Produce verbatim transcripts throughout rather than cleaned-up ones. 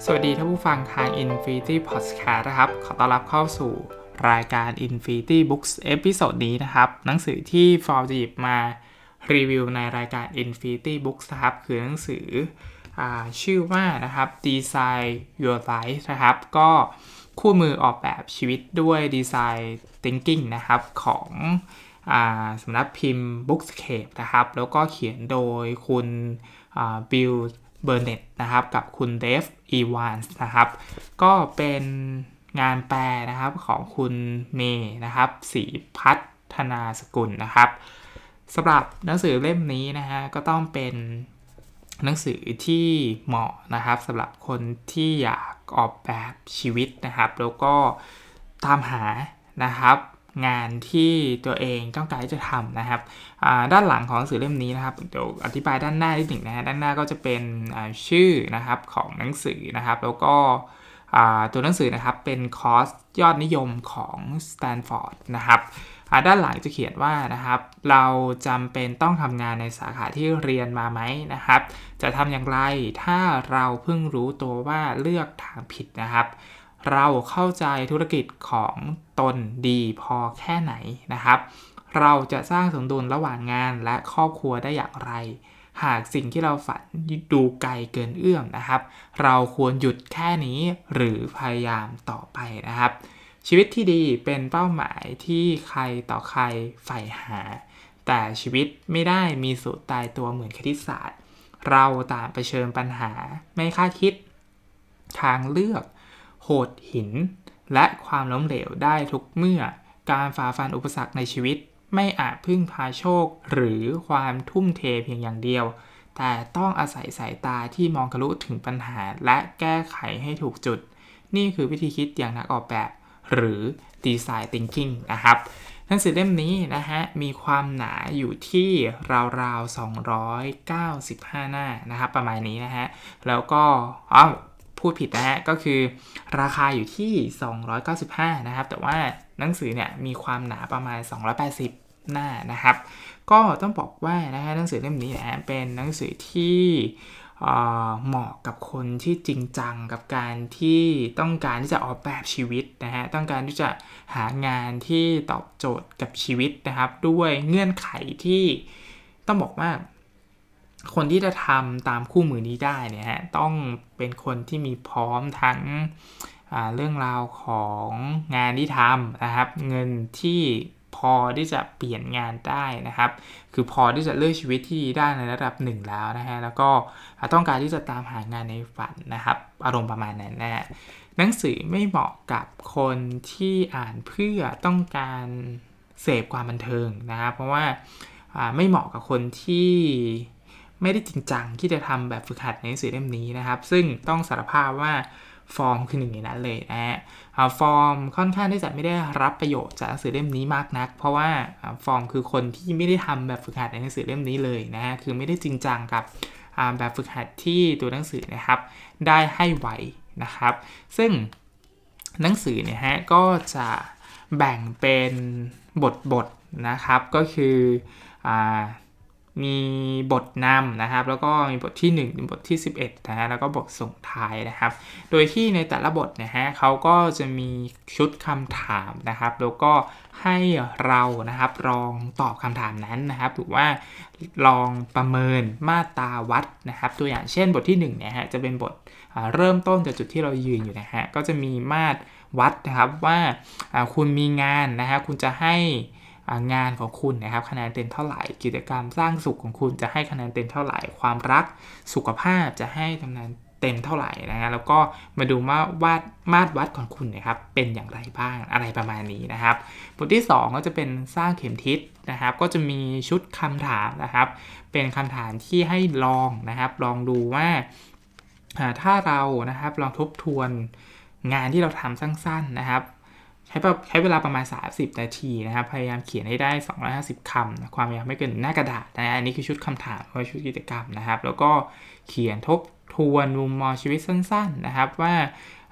สวัสดีท่านผู้ฟังทาง Infinity Podcast นะครับขอต้อนรับเข้าสู่รายการ Infinity Books เอพิโซดนี้นะครับหนังสือที่ฟอร์มจะหยิบมารีวิวในรายการ Infinity Books นะครับคือหนังสืออชื่อว่านะครับ Design Your Life นะครับก็คู่มือออกแบบชีวิตด้วย Design Thinking นะครับของสำนักพิมพ์ Bookscape นะครับแล้วก็เขียนโดยคุณบิลเบอร์เน็ตนะครับกับคุณเดฟอีวานส์นะครับก็เป็นงานแปลนะครับของคุณเมย์นะครับศรีพัฒนาสกุลนะครับสำหรับหนังสือเล่มนี้นะฮะก็ต้องเป็นหนังสือที่เหมาะนะครับสำหรับคนที่อยากออกแบบชีวิตนะครับแล้วก็ตามหานะครับงานที่ตัวเองต้องการจะทำนะครับด้านหลังของหนังสือเล่มนี้นะครับเดี๋ยวอธิบายด้านหน้านิดหนึ่งนะฮะด้านหน้าก็จะเป็นชื่อนะครับของหนังสือนะครับแล้วก็ตัวหนังสือนะครับเป็นคอร์สยอดนิยมของสแตนฟอร์ดนะครับด้านหลังจะเขียนว่านะครับเราจำเป็นต้องทำงานในสาขาที่เรียนมาไหมนะครับจะทำอย่างไรถ้าเราเพิ่งรู้ตัวว่าเลือกทางผิดนะครับเราเข้าใจธุรกิจของตนดีพอแค่ไหนนะครับเราจะสร้างสมดุลระหว่างงานและครอบครัวได้อย่างไรหากสิ่งที่เราฝันดูไกลเกินเอื้อมนะครับเราควรหยุดแค่นี้หรือพยายามต่อไปนะครับชีวิตที่ดีเป็นเป้าหมายที่ใครต่อใครใฝ่หาแต่ชีวิตไม่ได้มีสูตรตายตัวเหมือนคณิตศาสตร์เราต่างเผชิญปัญหาไม่คาดคิดทางเลือกโหดหินและความล้มเหลวได้ทุกเมื่อการฝ่าฟันอุปสรรคในชีวิตไม่อาจพึ่งพาโชคหรือความทุ่มเทเพียงอย่างเดียวแต่ต้องอาศัยสายตาที่มองทะลุถึงปัญหาและแก้ไขให้ถูกจุดนี่คือวิธีคิดอย่างนักออกแบบหรือ Design Thinking นะครับหนังสือเล่มนี้นะฮะมีความหนาอยู่ที่ราวๆสองร้อยเก้าสิบห้าหน้านะครับประมาณนี้นะฮะแล้วก็อ้าวพูดผิดนะฮะก็คือราคาอยู่ที่สองร้อยเก้าสิบห้านะครับแต่ว่าหนังสือเนี่ยมีความหนาประมาณสองร้อยแปดสิบหน้านะครับก็ต้องบอกว่านะฮะหนังสือเล่มนี้นะเป็นหนังสือที่เหมาะกับคนที่จริงจังกับการที่ต้องการที่จะออกแบบชีวิตนะฮะต้องการที่จะหางานที่ตอบโจทย์กับชีวิตนะครับด้วยเงื่อนไขที่ต้องบอกว่าคนที่จะทำตามคู่มือนี้ได้เนี่ยฮะต้องเป็นคนที่มีพร้อมทั้งเรื่องราวของงานที่ทำนะครับเงินที่พอที่จะเปลี่ยนงานได้นะครับคือพอที่จะเลือกชีวิตที่ดีได้ในระดับหนึ่งแล้วนะฮะแล้วก็ต้องการที่จะตามหางานในฝันนะครับอารมณ์ประมาณนั้นนะฮะหนังสือไม่เหมาะกับคนที่อ่านเพื่อต้องการเสพความบันเทิงนะครับเพราะว่าไม่เหมาะกับคนที่ไม่ได้จริงจังที่จะทำแบบฝึกหัดในหนังสือเล่มนี้นะครับซึ่งต้องสารภาพว่าฟอร์มคือหนึ่งในนั้นเลยนะฮะฟอร์มค่อนข้างที่จะไม่ได้รับประโยชน์จากหนังสือเล่มนี้มากนักเพราะว่าฟอร์มคือคนที่ไม่ได้ทำแบบฝึกหัดในหนังสือเล่มนี้เลยนะฮะคือไม่ได้จริงจังกับแบบฝึกหัดที่ตัวหนังสือนะครับได้ให้ไว้นะครับซึ่งหนังสือเนี่ยฮะก็จะแบ่งเป็นบทบทนะครับก็คืออ่ามีบทนำนะครับแล้วก็มีบทที่หนึ่งถึงบทที่สิบเอ็ดนะฮะแล้วก็บทส่งท้ายนะครับโดยที่ในแต่ละบทนะฮะเขาก็จะมีชุดคำถามนะครับแล้วก็ให้เรานะครับลองตอบคำถามนั้นนะครับหรือว่าลองประเมินมาตราวัดนะครับตัวอย่างเช่นบทที่หนึ่งเนี่ยฮะจะเป็นบทเริ่มต้นจากจุดที่เรายืนอยู่นะฮะก็จะมีมาตรวัดนะครับว่าคุณมีงานนะฮะคุณจะให้งานของคุณนะครับคะแนนเต็มเท่าไหร่กิจกรรมสร้างสุขของคุณจะให้คะแนนเต็มเท่าไหร่ความรักสุขภาพจะให้คะแนนเต็มเท่าไหร่นะฮะแล้วก็มาดูว่าวาดมาตรวัดของคุณนะครับเป็นอย่างไรบ้างอะไรประมาณนี้นะครับบทที่สองก็จะเป็นสร้างเข็มทิศนะครับก็จะมีชุดคำถามนะครับเป็นคำถามที่ให้ลองนะครับลองดูว่าถ้าเรานะครับลองทบทวนงานที่เราทำสั้นๆนะครับใช้ใช้เวลาประมาณสามสิบนาทีนะครับพยายามเขียนให้ได้สองร้อยห้าสิบคำนะความยาวไม่เกินหน้ากระดาษนะอันนี้คือชุดคำถามหรือชุดกิจกรรมนะครับแล้วก็เขียนทบทวนมุมมองชีวิตสั้นๆนะครับว่า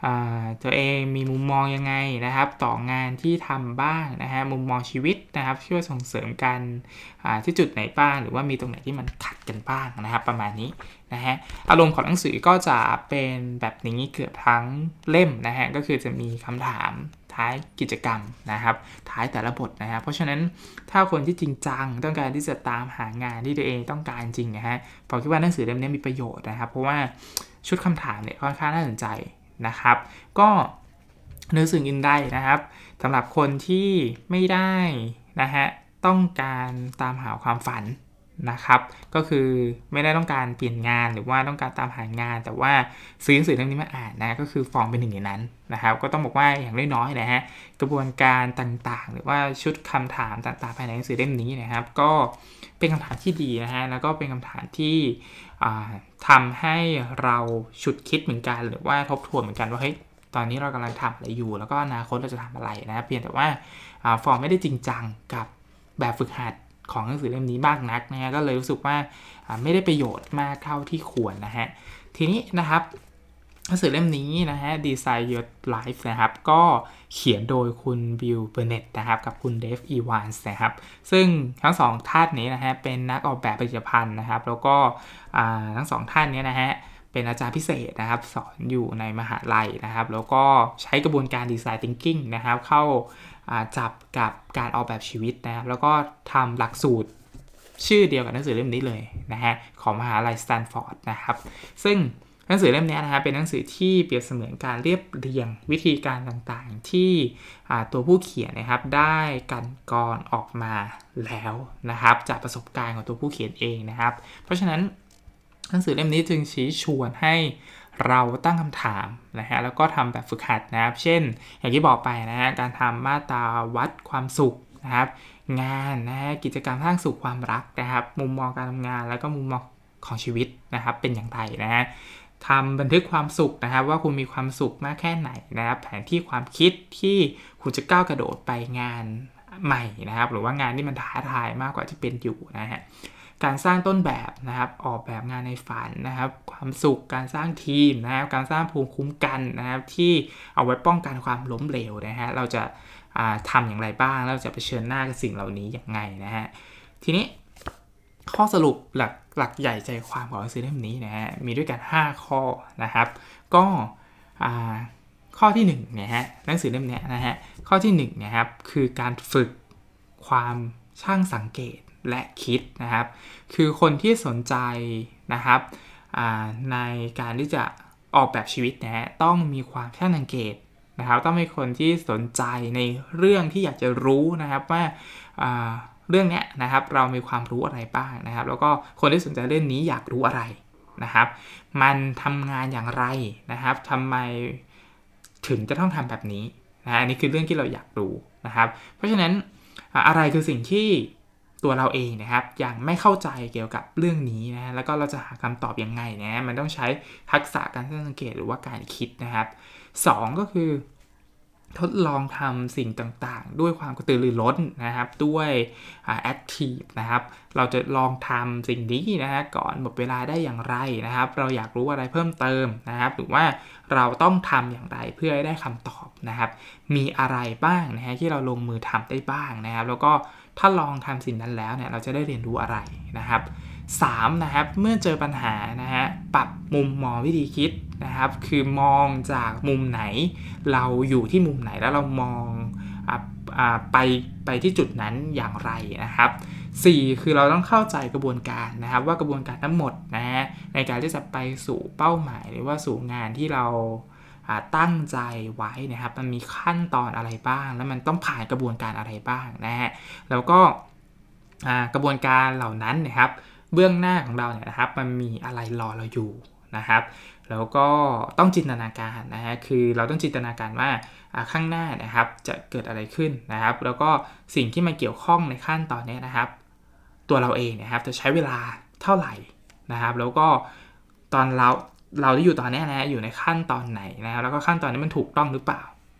ตัวเองมีมุมมองยังไงนะครับต่องานที่ทำบ้างนะฮะมุมมองชีวิตนะครับช่วยส่งเสริมกันที่จุดไหนบ้างหรือว่ามีตรงไหนที่มันขัดกันบ้างนะครับประมาณนี้นะฮะอารมณ์ของหนังสือก็จะเป็นแบบนี้เกือบทั้งเล่มนะฮะก็คือจะมีคำถามท้ายกิจกรรมนะครับท้ายแต่ละบทนะฮะเพราะฉะนั้นถ้าคนที่จริงจังต้องการที่จะตามหางานที่ตัวเองต้องการจริงนะฮะผมคิดว่าหนังสือเล่มนี้มีประโยชน์นะครับเพราะว่าชุดคำถามเนี่ยค่อนข้างน่าสนใจนะครับก็เนื้อสื่ออินได้นะครับสำหรับคนที่ไม่ได้นะฮะต้องการตามหาความฝันนะครับก็คือไม่ได้ต้องการเปลี่ยนงานหรือว่าต้องการตามหางานแต่ว่าซื้อหนังสือเล่มนี้มาอ่านนะก็คือฟอร์มเป็นหนึ่งในนั้นนะครับก็ต้องบอกว่าอย่างน้อยๆนะฮะกระบวนการต่างๆหรือว่าชุดคำถามต่างๆภายในหนังสือเล่มนี้นะครับก็เป็นคำถามที่ดีนะฮะแล้วก็เป็นคำถามที่ทำให้เราฉุดคิดเหมือนกันหรือว่าทบทวนเหมือนกันว่าเฮ้ยตอนนี้เรากำลังทำอะไรอยู่แล้วก็อนาคตเราจะทำอะไรนะเพียงแต่ว่าฟอร์มไม่ได้จริงจังกับแบบฝึกหัดของหนังสือเล่มนี้มากนักนะฮะก็เลยรู้สึกว่าไม่ได้ประโยชน์มากเท่าที่ควรนะฮะทีนี้นะครับหนังสือเล่มนี้นะฮะ Design Your Life นะครับก็เขียนโดยคุณบิล เบอร์เน็ตนะครับกับคุณเดฟ อีวานส์นะครับซึ่งทั้งสองท่านนี้นะฮะเป็นนักออกแบบผลิตภัณฑ์นะครับแล้วก็ทั้งสองท่านนี้นะฮะเป็นอาจารย์พิเศษนะครับสอนอยู่ในมหาลัยนะครับแล้วก็ใช้กระบวนการ Design Thinking นะครับเข้าจับกับการออกแบบชีวิตนะครับแล้วก็ทำหลักสูตรชื่อเดียวกับหนังสือเล่มนี้เลยนะฮะของมหาลัยสแตนฟอร์ดนะครับซึ่งหนังสือเล่มนี้นะฮะเป็นหนังสือที่เปรียบเสมือนการเรียบเรียงวิธีการต่างๆที่ตัวผู้เขียนนะครับได้กันกรออกมาแล้วนะครับจากประสบการณ์ของตัวผู้เขียนเองนะครับเพราะฉะนั้นหนังสือเล่มนี้จึงชี้ชวนให้เราตั้งคำถามนะฮะแล้วก็ทำแบบฝึกหัดนะครับเช่นอย่างที่บอกไปนะฮะการทำมาตราวัดความสุขนะครับงานนะฮะกิจกรรมสร้างสุขความรักนะครับมุมมองการทำงานแล้วก็มุมมองของชีวิตนะครับเป็นอย่างไรนะฮะทำบันทึกความสุขนะครับว่าคุณมีความสุขมากแค่ไหนนะครับแผนที่ความคิดที่คุณจะก้าวกระโดดไปงานใหม่นะครับหรือว่างานที่มันท้าทายมากกว่าที่เป็นอยู่นะฮะการสร้างต้นแบบนะครับออกแบบงานในฝันนะครับความสุขการสร้างทีมนะครับการสร้างภูมิคุ้มกันนะครับที่เอาไว้ป้องกันความล้มเหลวนะฮะเราจะทำอย่างไรบ้างเราจะเผชิญหน้ากับสิ่งเหล่านี้อย่างไงนะฮะทีนี้ข้อสรุปหลักหลักใหญ่ใจความของหนังสือเล่มนี้นะฮะมีด้วยกันห้าข้อนะครับก็ข้อที่หนึ่งเนี่ยฮะหนังสือเล่มนี้นะฮะข้อที่หนึ่งนะครับคือการฝึกความช่างสังเกตและคิดนะครับคือคนที่สนใจนะครับในการที่จะออกแบบชีวิตนะฮะต้องมีความช่างสังเกตนะครับต้องเป็นคนที่สนใจในเรื่องที่อยากจะรู้นะครับว่าเรื่องนี้นะครับเรามีความรู้อะไรบ้างนะครับแล้วก็คนที่สนใจเรื่องนี้อยากรู้อะไรนะครับมันทำงานอย่างไรนะครับทำไมถึงจะต้องทำแบบนี้นะอันนี้คือเรื่องที่เราอยากรู้นะครับเพราะฉะนั้นอะไรคือสิ่งที่ตัวเราเองนะครับยังไม่เข้าใจเกี่ยวกับเรื่องนี้นะแล้วก็เราจะหาคำตอบยังไงนะมันต้องใช้ทักษะการสังเกตหรือว่าการคิดนะครับสองก็คือทดลองทำสิ่งต่างๆด้วยความกระตือรือร้นนะครับด้วยแอคทีฟนะครับเราจะลองทำสิ่งนี้นะฮะก่อนหมดเวลาได้อย่างไรนะครับเราอยากรู้อะไรเพิ่มเติมนะครับหรือว่าเราต้องทำอย่างไรเพื่อให้ได้คำตอบนะครับมีอะไรบ้างนะฮะที่เราลงมือทำได้บ้างนะครับแล้วก็ถ้าลองทำสิ่งนั้นแล้วเนี่ยเราจะได้เรียนรู้อะไรนะครับสามนะครับเมื่อเจอปัญหานะฮะปรับมุมมองวิธีคิดนะครับคือมองจากมุมไหนเราอยู่ที่มุมไหนแล้วเรามองอ่าอ่าไปไปที่จุดนั้นอย่างไรนะครับสี่คือเราต้องเข้าใจกระบวนการนะครับว่ากระบวนการทั้งหมดนะฮะในการที่จะไปสู่เป้าหมายหรือว่าสู่งานที่เราตั้งใจไว้นะครับมันมีขั้นตอนอะไรบ้างแล้วมันต้องผ่านกระบวนการอะไรบ้างนะฮะแล้วก็กระบวนการเหล่านั้นนะครับเบื้องหน้าของเราเนี่ยนะครับมันมีอะไรรอเราอยู่นะครับแล้วก็ต้องจินตนาการนะฮะคือเราต้องจินตนาการว่าข้างหน้านะครับจะเกิดอะไรขึ้นนะครับแล้วก็สิ่งที่มันเกี่ยวข้องในขั้นตอนนี้นะครับตัวเราเองนะครับจะใช้เวลาเท่าไหร่นะครับแล้วก็ตอนเราเราที่อยู่ตอนนี้นะอยู่ในขั้นตอนไหนนะครับแล้วก็ขั้นตอนนี้มันถูกต้องหรือเปล่า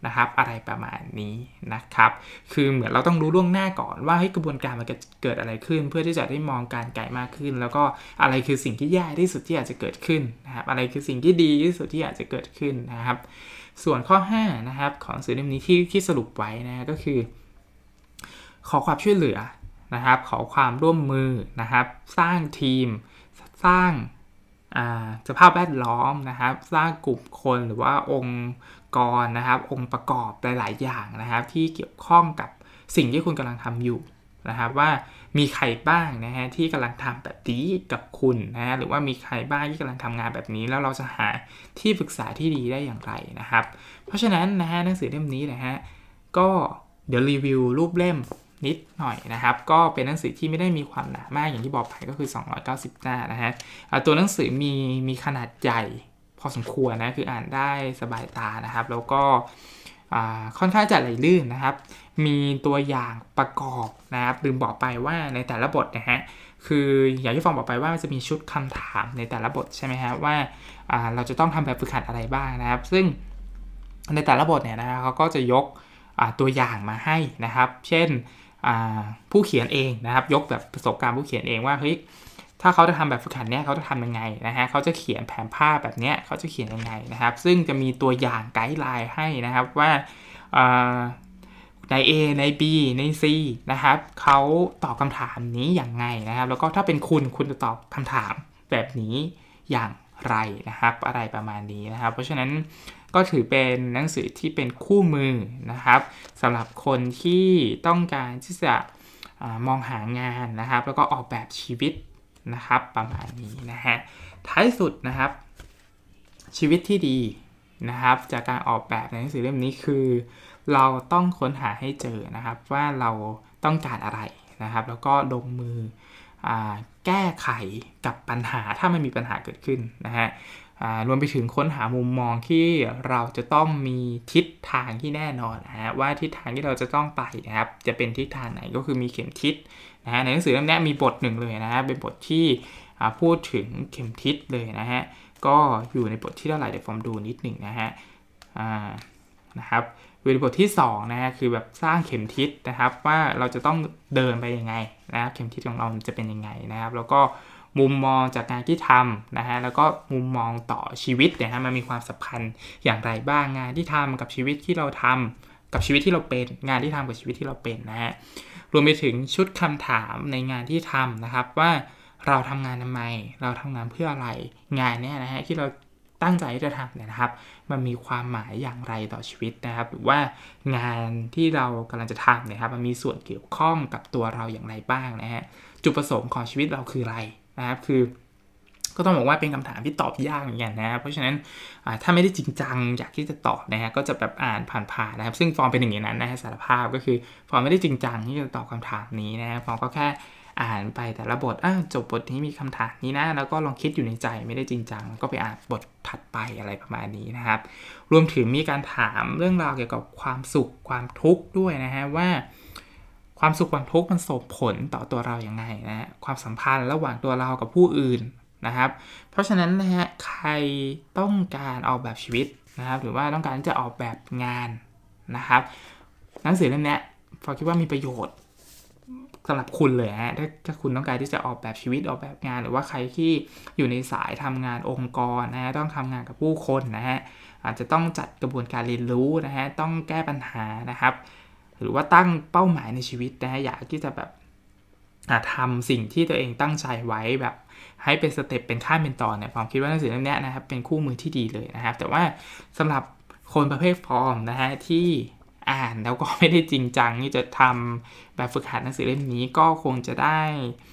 นะครับอะไรประมาณนี้นะครับคือเหมือนเราต้องรู้ล่วงหน้าก่อนว่าให้กระบวนการมันเกิดอะไรขึ้นเพื่อที่จะได้มองการไกลมากขึ้นแล้วก็อะไรคือสิ่งที่แย่ที่สุดที่อาจจะเกิดขึ้นนะครับอะไรคือสิ่งที่ดีที่สุดที่อาจจะเกิดขึ้นนะครับส่วนข้อห้านะครับของหนังสือเล่มนี้ที่ที่สรุปไว้นะก็คือขอความช่วยเหลือนะครับขอความร่วมมือนะครับสร้างทีมสร้างสภาพแวดล้อมนะครับสร้างกลุ่มคนหรือว่าองค์กรนะครับองค์ประกอบหลายๆอย่างนะครับที่เกี่ยวข้องกับสิ่งที่คุณกำลังทำอยู่นะครับว่ามีใครบ้างนะฮะที่กำลังทำแบบนี้กับคุณนะฮะหรือว่ามีใครบ้างที่กำลังทำงานแบบนี้แล้วเราจะหาที่ปรึกษาที่ดีได้อย่างไรนะครับเพราะฉะนั้นนะฮะหนังสือเล่มนี้นะฮะก็เดี๋ยวรีวิวรูปเล่มนิดหน่อยนะครับก็เป็นหนังสือที่ไม่ได้มีความหนามากอย่างที่บอกไปก็คือสองร้อยเก้าสิบหน้านะฮะตัวหนังสือมีมีขนาดใหญ่พอสมควรนะคืออ่านได้สบายตานะครับแล้วก็ค่อนข้างจะไหลลื่นนะครับมีตัวอย่างประกอบนะครับลืมบอกไปว่าในแต่ละบทนะฮะคืออย่างที่ฟองบอกไปว่ามันจะมีชุดคำถามในแต่ละบทใช่ไหมฮะว่าเราจะต้องทำแบบฝึกหัดอะไรบ้างนะครับซึ่งในแต่ละบทเนี่ยนะเขาก็จะยกตัวอย่างมาให้นะครับเช่นผู้เขียนเองนะครับยกแบบประสบการณ์ผู้เขียนเองว่าเฮ้ยถ้าเขาจะทำแบบฝึกหัดเนี้ยเขาจะทำยังไงนะฮะเขาจะเขียนแผนภาพแบบเนี้ยเขาจะเขียนยังไงนะครับซึ่งจะมีตัวอย่างไกด์ไลน์ให้นะครับว่าใน A ใน B ใน C นะครับเขาตอบคำถามนี้อย่างไงนะครับแล้วก็ถ้าเป็นคุณคุณจะตอบคำถามแบบนี้อย่างไรนะครับอะไรประมาณนี้นะครับเพราะฉะนั้นก็ถือเป็นหนังสือที่เป็นคู่มือนะครับสำหรับคนที่ต้องการที่จะมองหางานนะครับแล้วก็ออกแบบชีวิตนะครับประมาณนี้นะฮะท้ายสุดนะครับชีวิตที่ดีนะครับจากการออกแบบในหนังสือเล่มนี้คือเราต้องค้นหาให้เจอนะครับว่าเราต้องการอะไรนะครับแล้วก็ลงมือแก้ไขกับปัญหาถ้ามันมีปัญหาเกิดขึ้นนะฮะรวมไปถึงค้นหามุมมองที่เราจะต้องมีทิศทางที่แน่นอนนะฮะว่าทิศทางที่เราจะต้องไปนะครับจะเป็นทิศทางไหนก็คือมีเข็มทิศนะฮะในหนังสือเล่มนี้มีบทหนึ่งเลยนะฮะเป็นบทที่พูดถึงเข็มทิศเลยนะฮะก็อยู่ในบทที่เท่าไหร่เดี๋ยวผมดูนิดหนึ่งนะฮะนะครับในบทที่สองนะฮะคือแบบสร้างเข็มทิศนะครับว่าเราจะต้องเดินไปยังไงนะครับเข็มทิศของเราจะเป็นยังไงนะครับแล้วก็มุมมองจากงานที่ทำนะฮะแล้วก็มุมมองต่อชีวิตนะฮะมันมีความสัมพันธ์อย่างไรบ้างงานที่ทำกับชีวิตที่เราทำกับชีวิตที่เราเป็นงานที่ทำกับชีวิตที่เราเป็นนะฮะรวมไปถึงชุดคำถามในงานที่ทำนะครับว่าเราทำงานทำไมเราทำงานเพื่ออะไรงานเนี้ยนะฮะที่เราตั้งใจจะทำเนี่ยนะครับมันมีความหมายอย่างไรต่อชีวิตนะครับหรือว่างานที่เรากำลังจะทำเนี่ยครับมันมีส่วนเกี่ยวข้องกับตัวเราอย่างไรบ้างนะฮะจุดประสงค์ของชีวิตเราคืออะไรนะครับคือก็ต้องบอกว่าเป็นคำถามที่ตอบยากเหมือนกันนะเพราะฉะนั้นถ้าไม่ได้จริงจังอยากที่จะตอบนะฮะก็จะแบบอ่านผ่านๆนะครับซึ่งฟอร์มเป็นอย่างนั้นนะฮะสารภาพก็คือฟอร์มไม่ได้จริงจังที่จะตอบคำถามนี้นะฟอร์มก็แค่อ่านไปแต่ละบทอ่ะจบบทนี้มีคำถามนี้นะแล้วก็ลองคิดอยู่ในใจไม่ได้จริงจังก็ไปอ่านบทถัดไปอะไรประมาณนี้นะครับรวมถึงมีการถามเรื่องราวเกี่ยวกับความสุขความทุกข์ด้วยนะฮะว่าความสุขความทุกข์มันส่งผลต่อตัวเราอย่างไรนะความสัมพันธ์ระหว่างตัวเรากับผู้อื่นนะครับเพราะฉะนั้นนะฮะใครต้องการออกแบบชีวิตนะครับหรือว่าต้องการจะออกแบบงานนะครับหนังสือเล่มนี้ฟอคิดว่ามีประโยชน์สำหรับคุณเลยฮะถ้าถ้าคุณต้องการที่จะออกแบบชีวิตออกแบบงานหรือว่าใครที่อยู่ในสายทำงานองค์กรนะฮะต้องทำงานกับผู้คนนะฮะอาจจะต้องจัดกระบวนการเรียนรู้นะฮะต้องแก้ปัญหานะครับหรือว่าตั้งเป้าหมายในชีวิตนะฮะอยากที่จะแบบทำสิ่งที่ตัวเองตั้งใจไว้แบบให้เป็นสเต็ปเป็นขั้นเป็นตอนเนี่ยผมคิดว่าหนังสือเล่มนี้นะครับเป็นคู่มือที่ดีเลยนะครับแต่ว่าสำหรับคนประเภทฟอร์มนะฮะที่อ่านแล้วก็ไม่ได้จริงจังที่จะทำแบบฝึกหัดหนังสือเล่มนี้ก็คงจะได้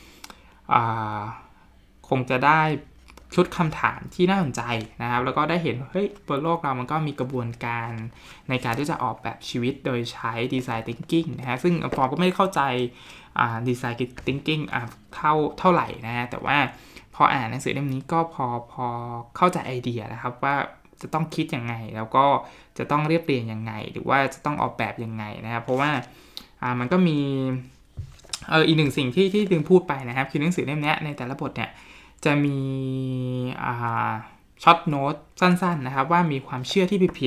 คงจะได้ชุดคำถามที่น่าสนใจนะครับแล้วก็ได้เห็นเฮ้ยบนโลกเรามันก็มีกระบวนการในการที่จะออกแบบชีวิตโดยใช้ดีไซน์ thinking นะฮะซึ่งฟอร์ก็ไม่เข้าใจดีไซน์ thinking เท่าเท่าไหร่นะฮะแต่ว่าพออ่านหนังสือเล่มนี้ก็พอพอเข้าใจไอเดียนะครับว่าจะต้องคิดยังไงแล้วก็จะต้องเรียบเรียงยังไงหรือว่าจะต้องออกแบบยังไงนะครับเพราะว่าอ่ามันก็มีเอออีกหนึ่งสิ่งที่ที่ลืมพูดไปนะครับคือหนังสือเล่มนี้ในแต่ละบทเนี่ยจะมีอ่าช็อตโน้ตสั้นๆนะครับว่ามีความเชื่อที่ผิด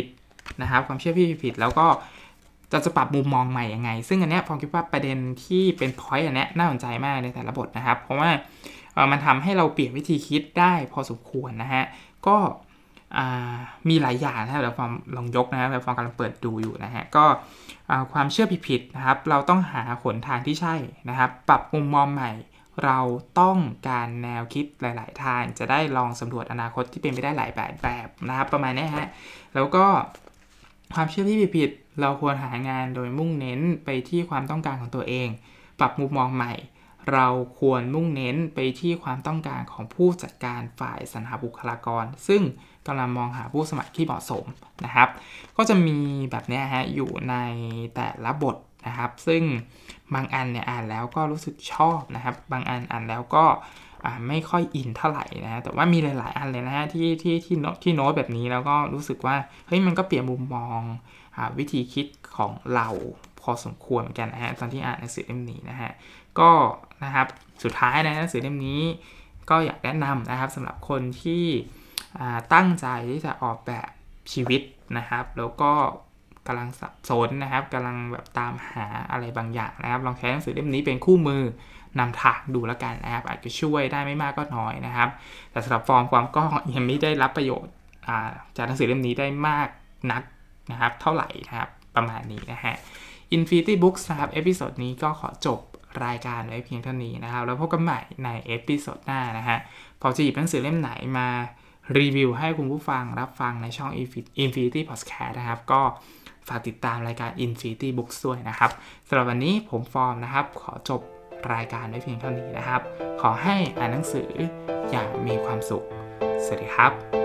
นะครับความเชื่อที่ผิดๆแล้วก็จะจะปรับมุมมองใหม่ยังไงซึ่งอันเนี้ยผมคิดว่าประเด็นที่เป็น point อันเนี้ยน่าสนใจมากในแต่ละบทนะครับเพราะว่าเอ่อมันทำให้เราเปลี่ยนวิธีคิดได้พอสมควรนะฮะก็มีหลายอย่างนะเดี๋ยวฟอร์มลองยกนะเดี๋ยวฟอร์มกำลังเปิดดูอยู่นะฮะก็ความเชื่อผิดๆนะครับเราต้องหาหนทางที่ใช่นะครับปรับมุมมองใหม่เราต้องการแนวคิดหลายๆทางจะได้ลองสำรวจอนาคตที่เป็นไปได้หลายแบบแบบนะครับประมาณนี้ฮะแล้วก็ความเชื่อที่ผิดๆเราควรหางานโดยมุ่งเน้นไปที่ความต้องการของตัวเองปรับมุมมองใหม่เราควรมุ่งเน้นไปที่ความต้องการของผู้จัดการฝ่ายสรรหาบุคลากรซึ่งกำลังมองหาผู้สมัครที่เหมาะสมนะครับก็จะมีแบบนี้ฮะอยู่ในแต่ละบทนะครับซึ่งบางอันเนี่ยอ่านแล้วก็รู้สึกชอบนะครับบางอันอ่านแล้วก็ไม่ค่อยอินเท่าไหร่นะแต่ว่ามีหลายๆอันเลยนะฮะที่ที่ที่โน้ตที่โน้ตแบบนี้แล้วก็รู้สึกว่าเฮ้ยมันก็เปลี่ยนมุมมองวิธีคิดของเราพอสมควรเหมือนกันนะฮะตอนที่อ่านหนังสือเล่มนี้นะฮะก็นะครับสุดท้ายนะหนังสือเล่มนี้ก็อยากแนะนำนะครับสำหรับคนที่ตั้งใจที่จะออกแบบชีวิตนะครับแล้วก็กำลังสับสนนะครับกำลังแบบตามหาอะไรบางอย่างนะครับลองใช้หนังสือเล่มนี้เป็นคู่มือนำทางดูแล้วกันนะครับอาจจะช่วยได้ไม่มากก็น้อยนะครับแต่สำหรับฟอร์มความก็ยังไม่ได้รับประโยชน์จากหนังสือเล่มนี้ได้มากนักนะครับเท่าไหร่นะครับประมาณนี้นะฮะ Infinity Books นะครับเอพิโซดนี้ก็ขอจบรายการไว้เพียงเท่านี้นะครับแล้วพบกันใหม่ในเอพิโซดหน้านะฮะพอจะหยิบหนังสือเล่มไหนมารีวิวให้คุณผู้ฟังรับฟังในช่อง Infinity Podcast นะครับก็ฝากติดตามรายการ Infinity Books ด้วยนะครับสำหรับวันนี้ผมฟอร์มนะครับขอจบรายการไว้เพียงเท่านี้นะครับขอให้อ่านหนังสืออย่างมีความสุขสวัสดีครับ